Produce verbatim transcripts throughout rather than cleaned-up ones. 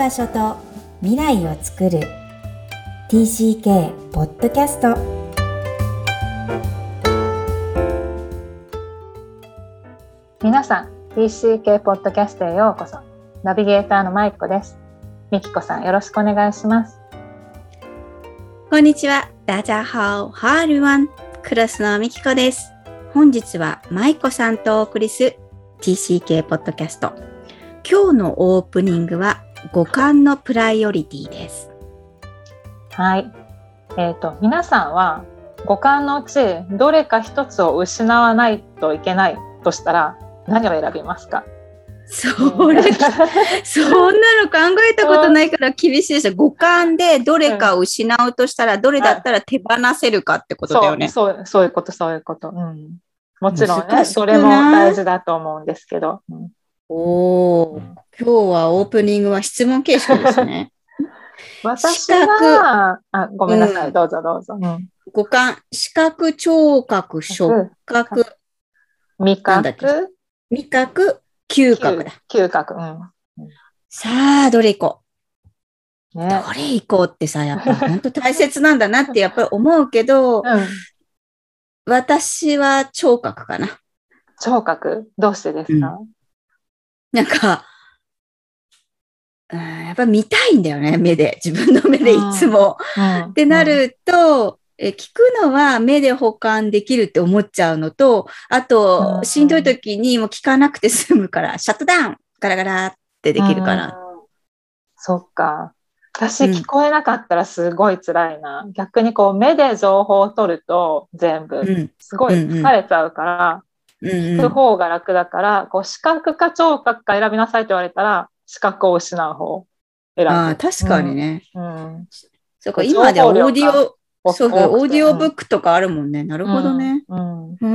場所と未来をつくる ティーシーケー ポッドキャスト。 皆さん ティーシーケー ポッドキャストへようこそ。ナビゲーターのまいこです。みきこさん、よろしくお願いします。 こんにちは。大家好。ハールワン。クラスのみきこです。本日はまいこさんとお送りする ティーシーケー ポッドキャスト。今日のオープニングは五感のプライオリティです。 はい。えっと、皆さんは五感のうちどれか一つを失わないといけないとしたら何を選びますか？ それ、そんなの考えたことないから厳しいですよ。五感でどれかを失うとしたら、どれだったら手放せるかってことだよね。 そう、そう、そういうこと、そういうこと。うん、もちろんね、それも大事だと思うんですけど。うん、 おー、今日はオープニングは質問形式ですね。 私は、あ、ごめんなさい、うん、どうぞどうぞ。うん、 五感、視覚、聴覚、触覚、 味覚、 味覚、嗅覚だ。 嗅覚、うん。 さあ、どれ行こう。 ね、 どれ行こうってさ、やっぱ本当大切なんだなってやっぱり思うけど、うん、私は聴覚かな。 聴覚、どうしてですか？うん、 なんか、うん、やっぱり見たいんだよね、目で。自分の目でいつも。うん、ってなると、うんえ、聞くのは目で補完できるって思っちゃうのと、あと、しんどい時にもう聞かなくて済むから、シャットダウンガラガラってできるかな。 そっか。私、聞こえなかったらすごい辛いな。うん、逆にこう目で情報を取ると全部、うん、すごい疲れちゃうから、うんうん、聞く方が楽だから、こう視覚か聴覚か選びなさいと言われたら、視覚を失う方を選ぶ。 ああ、確かにね。 うんうん、 そうか、今ではオーディオ、そうか、オーディオブックとかあるもんね。なるほどね。うんうん、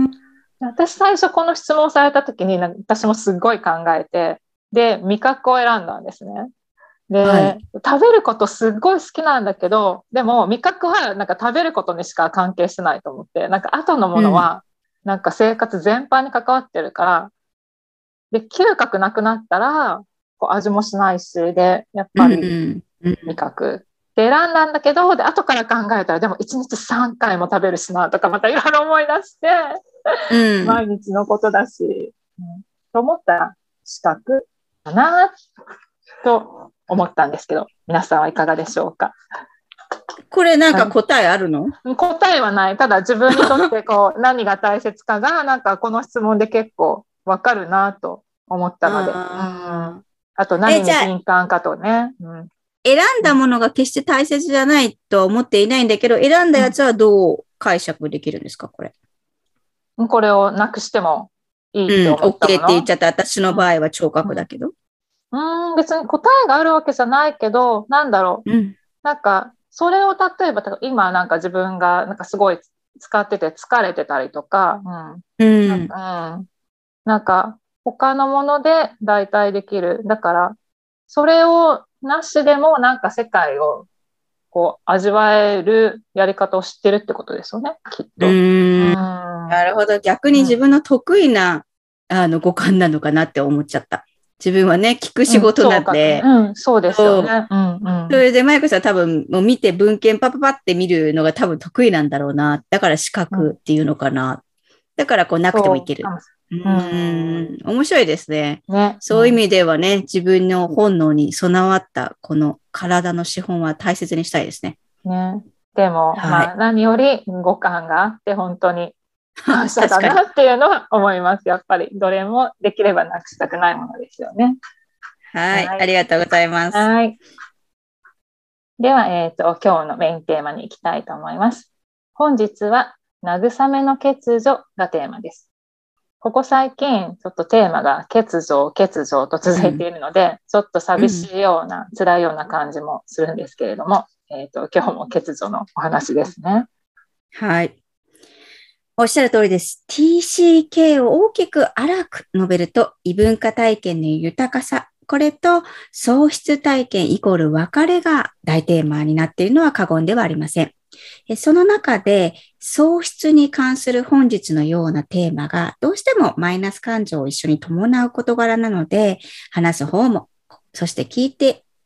うん私最初この質問された時に私もすごい考えて、で、味覚を選んだんですね。で、はい、食べることすっごい好きなんだけど、でも味覚はなんか食べることにしか関係してないと思って、なんか後のものはなんか生活全般に関わってるから、で、嗅覚なくなったらこう味もしないし、で、やっぱり味覚。で選んだんだけど、で後から考えたらでもいちにちさんかいも食べるしなとかまたいろいろ思い出して、うん、毎日のことだし、うん、と思ったら視覚かなと思ったんですけど、皆さんはいかがでしょうか？ これなんか答えあるの？ 答えはない。ただ自分にとってこう何が大切かがなんかこの質問で結構わかるなと思ったので、あ, うん、あと何に敏感かとね。うん選んだものが決して大切じゃないとは思っていないんだけど、選んだやつはどう解釈できるんですか、これ。 これをなくしてもいいって思ったもの、 うん、OK って言っちゃった。私の場合は聴覚だけど。 うん、うん別に答えがあるわけじゃないけど、なんだろう。うん、なんか、それを例えば、今なんか自分がなんかすごい使ってて疲れてたりとか、うん。うん、なんか、うん、なんか他のもので代替できる。だから、それをなしでもなんか世界をこう味わえるやり方を知ってるってことですよね、きっと。うーんなるほど。逆に自分の得意な、うん、あの五感なのかなって思っちゃった。自分はね、聞く仕事なんで。 うん、うん、そうですよね。うんうん、 それで、マイコさん多分もう見て文献パパパって見るのが多分得意なんだろうな。だから視覚っていうのかな。うん、だからこうなくてもいける。うーん、面白いですね。ね、そういう意味ではね、自分の本能に備わったこの体の資本は大切にしたいですね。 ねでも、はい、まあ何より五感があって本当に感謝だなっていうのは思います。やっぱりどれもできればなくしたくないものですよね。 はい、はい、ありがとうございます。 はい。では、えっと、今日のメインテーマに行きたいと思います。本日は慰めの欠如がテーマです。ここ最近、ちょっとテーマが欠如、欠如と続いているので、うん、ちょっと寂しいような、うん、辛いような感じもするんですけれども、えっと、今日も欠如のお話ですね。 はい。おっしゃる通りです。ティーシーケー を大きく荒く述べると、異文化体験の豊かさ、これと喪失体験イコール別れが大テーマになっているのは過言ではありません。その中で喪失に関する本日のようなテーマがどうしてもマイナス感情を一緒に伴う事柄なので、話す方も、そして聞いて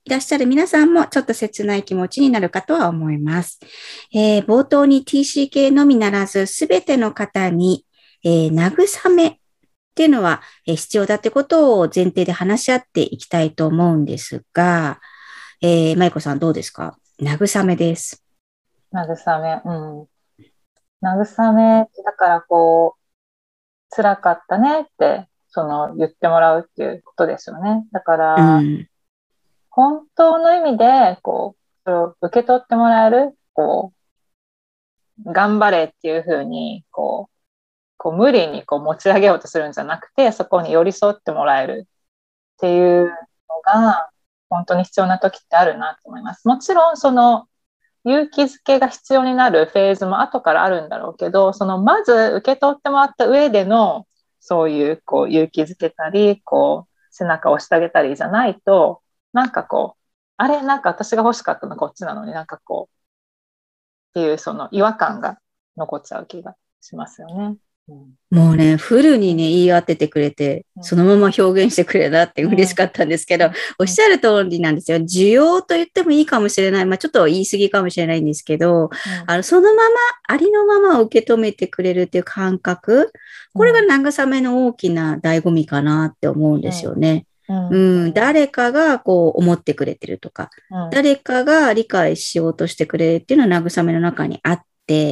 いらっしゃる皆さんもちょっと切ない気持ちになるかとは思います。えー、冒頭に ティーシー 系のみならず、すべての方に、えー、慰めっていうのは、えー、必要だってことを前提で話し合っていきたいと思うんですが、えー、まいこさんどうですか？慰めです。 慰め、うん。慰めって、だからこう、辛かったねって、その、言ってもらうっていうことですよね。だかうら、 ん。 本当の意味で、こう、それを受け取ってもらえる、こう、頑張れっていうふうに、こう、こう無理にこう持ち上げようとするんじゃなくて、そこに寄り添ってもらえるっていうのが、本当に必要な時ってあるなと思います。もちろん、その、勇気づけが必要になるフェーズも後からあるんだろうけど、その、まず受け取ってもらった上での、そういう、こう、勇気づけたり、こう、背中を押してあげたりじゃないと、なんかこう、あれ、なんか私が欲しかったのこっちなのになんかこう、っていうその違和感が残っちゃう気がしますよね。うん、 もうね、フルにね、言い当ててくれて、 うん、 そのまま表現してくれたって嬉しかったんですけど、うん、おっしゃる通りなんですよ。需要と言ってもいいかもしれない。まあちょっと言い過ぎかもしれないんですけど、うん、あの、そのまま、ありのまま受け止めてくれるっていう感覚、これが慰めの大きな醍醐味かなって思うんですよね。うんうん、誰かがこう思ってくれてるとか、うん、誰かが理解しようとしてくれるっていうのは慰めの中にあって、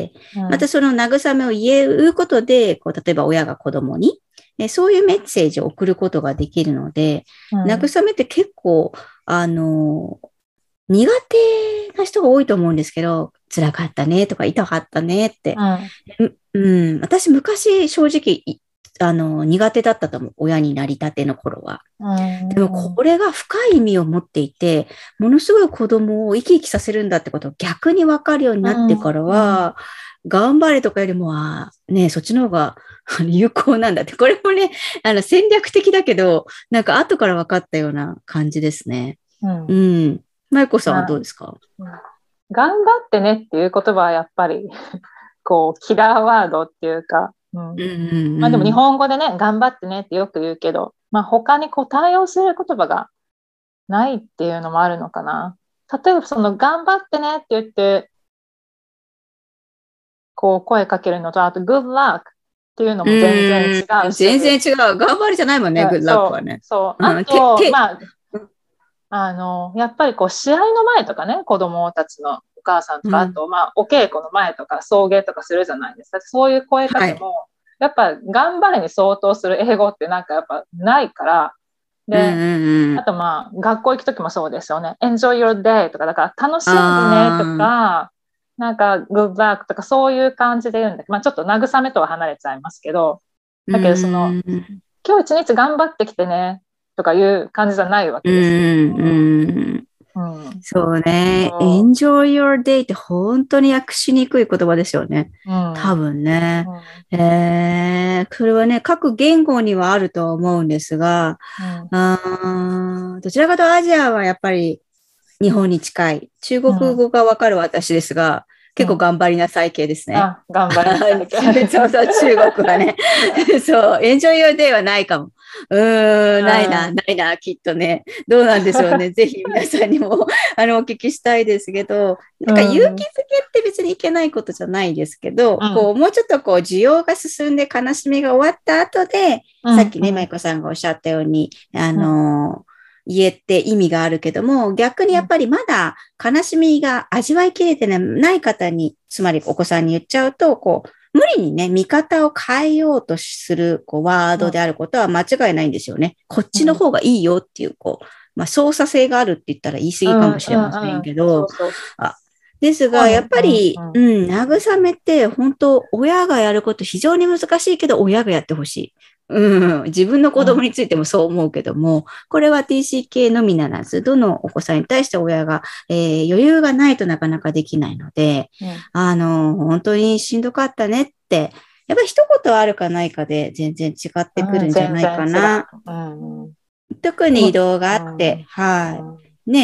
またその慰めを言うことで、こう例えば親が子供に、えそういうメッセージを送ることができるので、うん、慰めって結構、あの、苦手な人が多いと思うんですけど、辛かったねとか痛かったねって。うん、うん、私昔正直、あの、苦手だったと思う。親になりたての頃は。でもこれが深い意味を持っていて、ものすごい子供を生き生きさせるんだってことを逆に分かるようになってからは、頑張れとかよりも、あね、そっちの方が有効なんだって。これもね、あの戦略的だけど、なんか後から分かったような感じですね。うん。うん。まゆこさんはどうですか？ うん、頑張ってねっていう言葉はやっぱり、こう、キラーワードっていうか、うんうんうん、まあでも日本語でね、頑張ってねってよく言うけど、まあ他にこう対応する言葉がないっていうのもあるのかな。例えばその頑張ってねって言って、こう声かけるのと、あと good luck っていうのも全然違うし。 全然違う。頑張りじゃないもんね、good luck はね。 そう。あと、まあ、あの、やっぱりこう試合の前とかね、子供たちのお母さんとか、うん、あと、まあ、お稽古の前とか、送迎とかするじゃないですか。そういう声かけも、はい、やっぱ頑張れに相当する英語ってなんかやっぱないから、で、うんうんうん、あとまあ、学校行くときもそうですよね。enjoy your day とか、だから楽しんでねとか、なんか good luck とかそういう感じで言うんだけど、まあちょっと慰めとは離れちゃいますけど、だけどその、今日一日頑張ってきてねとかいう感じじゃないわけですよ。うんうんうん、そうね。enjoy your day って本当に訳しにくい言葉ですよね。うん、多分ね、うん、えー。それはね、各言語にはあると思うんですが、うん、あどちらかとアジアはやっぱり日本に近い。中国語がわかる私ですが、うん、結構頑張りなさい系ですね。 あ、頑張りなさい系。 そうそう、中国はね。そう、enjoy your day はないかも。うーん、ないな、ないな、きっとね。どうなんでしょうね。ぜひ皆さんにもあのお聞きしたいですけど、なんか勇気づけって別にいけないことじゃないですけど、うん、こうもうちょっとこう需要が進んで悲しみが終わった後で、うん、さっきね、舞子さんがおっしゃったように、あのー、うん言えって意味があるけども、逆にやっぱりまだ悲しみが味わいきれてない方に、つまりお子さんに言っちゃうと、こう、無理にね、見方を変えようとする、こう、ワードであることは間違いないんですよね。こっちの方がいいよっていう、こう、まあ、操作性があるって言ったら言い過ぎかもしれませんけど、ですが、やっぱり、うん、慰めって本当、親がやること非常に難しいけど、親がやってほしい。うん、自分の子供についてもそう思うけども、うん、これは ティーシー 系のみならず、どのお子さんに対して親が、えー、余裕がないとなかなかできないので、うん、あの、本当にしんどかったねって、やっぱり一言あるかないかで全然違ってくるんじゃないかな。うんうん、特に移動があって、うん、はい。ね、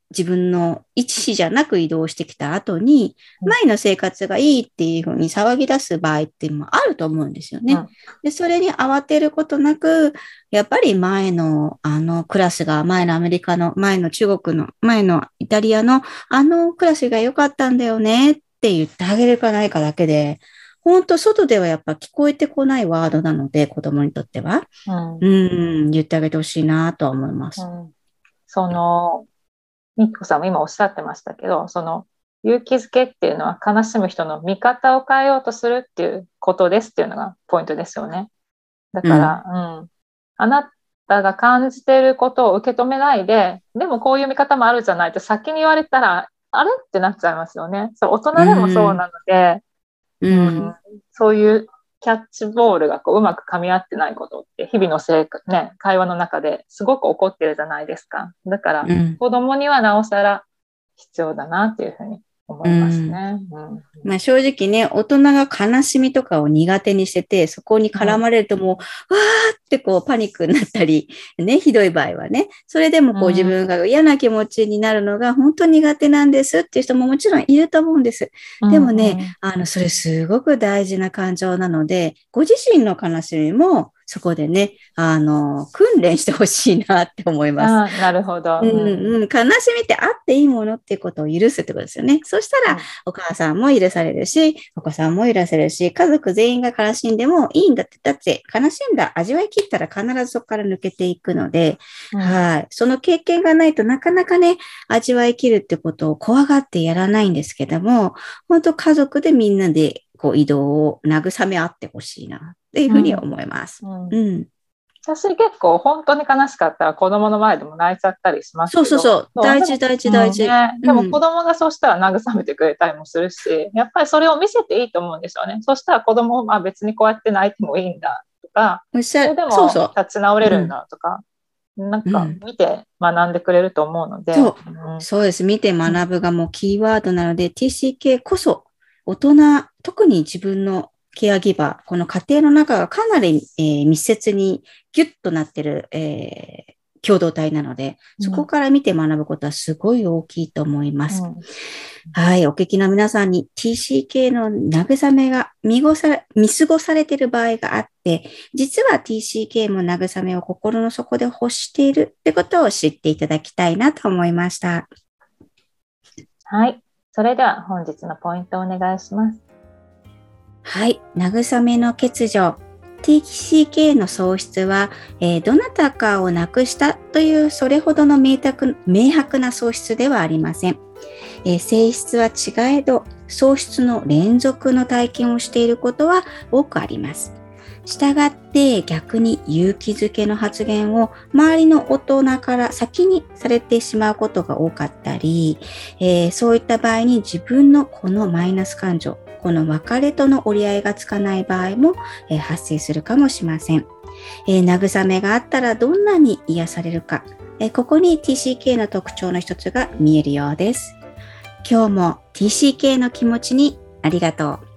自分の一子じゃなく移動してきた後に、前の生活がいいっていうふうに騒ぎ出す場合っていうのもあると思うんですよね。うん、で、それに慌てることなく、やっぱり前のあのクラスが、前のアメリカの、前の中国の、前のイタリアのあのクラスが良かったんだよねって言ってあげるかないかだけで、本当外ではやっぱ聞こえてこないワードなので、子供にとっては。うん、うん言ってあげてほしいなとは思います。うん、 その、みきこさんも今おっしゃってましたけど、その勇気づけっていうのは悲しむ人の見方を変えようとするっていうことですっていうのがポイントですよね。だから、うん、うん、あなたが感じていることを受け止めないで、でもこういう見方もあるじゃないと先に言われたら、あれってなっちゃいますよね。そう、大人でもそうなので、うんうん、そういうキャッチボールがこううまく噛み合ってないことって日々の生活、ね、会話の中ですごく起こってるじゃないですか。だから、うん、子供にはなおさら必要だなっていうふうに思いますね。うんうん、 まあ、正直ね、大人が悲しみとかを苦手にしてて、そこに絡まれるともう、うん、わーってこうパニックになったり、ね、ひどい場合はね、それでもこう自分が嫌な気持ちになるのが本当苦手なんですっていう人ももちろんいると思うんです。でもね、うん、あの、それすごく大事な感情なので、ご自身の悲しみもそこでね、あの、訓練してほしいなって思います。 あ、なるほど。 うんうん、悲しみってあっていいものっていうことを許すってことですよね。そしたら、うん、お母さんも許されるし、お子さんも許せるし、家族全員が悲しんでもいいんだって。だって、悲しんだ、味わい切ったら必ずそこから抜けていくので、うん、はい。その経験がないとなかなかね、味わい切るってことを怖がってやらないんですけども、本当家族でみんなでこう移動を慰め合ってほしいなっていうふうに思います。うん。うんうん私結構本当に悲しかったら子供の前でも泣いちゃったりしますけど。 そうそうそう。大事大事大事。 うんね、でも子供がそうしたら慰めてくれたりもするし、やっぱりそれを見せていいと思うんですよね。そしたら子供も、あ、別にこうやって泣いてもいいんだとか、それでも立ち直れるんだとか、そうそうなんか見て学んでくれると思うので。 そう、うん、そうです。見て学ぶがもうキーワードなので、うん、ティーシーケー こそ大人、特に自分のケアギバー、この家庭の中がかなり、えー、密接にギュッとなってる、えー、共同体なので、そこから見て学ぶことはすごい大きいと思います。うん、はい、お聞きの皆さんに ティーシーケー の慰めが見ごさ見過ごされている場合があって、実は ティーシーケー も慰めを心の底で欲しているってことを知っていただきたいなと思いました。 はい、それでは本日のポイントをお願いします。 はい。慰めの欠如。ティーシーケー の喪失は、えー、どなたかを亡くしたというそれほどの明確、明白な喪失ではありません。えー、性質は違えど、喪失の連続の体験をしていることは多くあります。したがって逆に勇気づけの発言を周りの大人から先にされてしまうことが多かったり、えー、そういった場合に自分のこのマイナス感情、この別れとの折り合いがつかない場合も、えー、発生するかもしれません。えー、慰めがあったらどんなに癒されるか、えー、ここに ティーシーケー の特徴の一つが見えるようです。今日も ティーシーケー の気持ちにありがとう。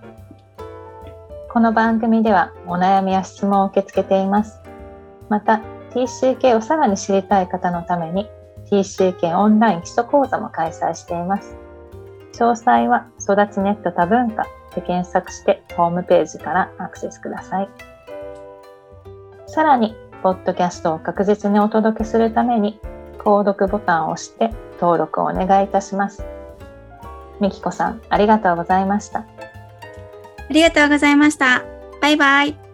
この番組ではお悩みや質問を受け付けています。また ティーシーケー をさらに知りたい方のために ティーシーケー オンライン基礎講座も開催しています。詳細は育ちネット多文化で検索してホームページからアクセスください。さらにポッドキャストを確実にお届けするために購読ボタンを押して登録をお願いいたします。みきこさん、ありがとうございました。 ありがとうございました。バイバイ。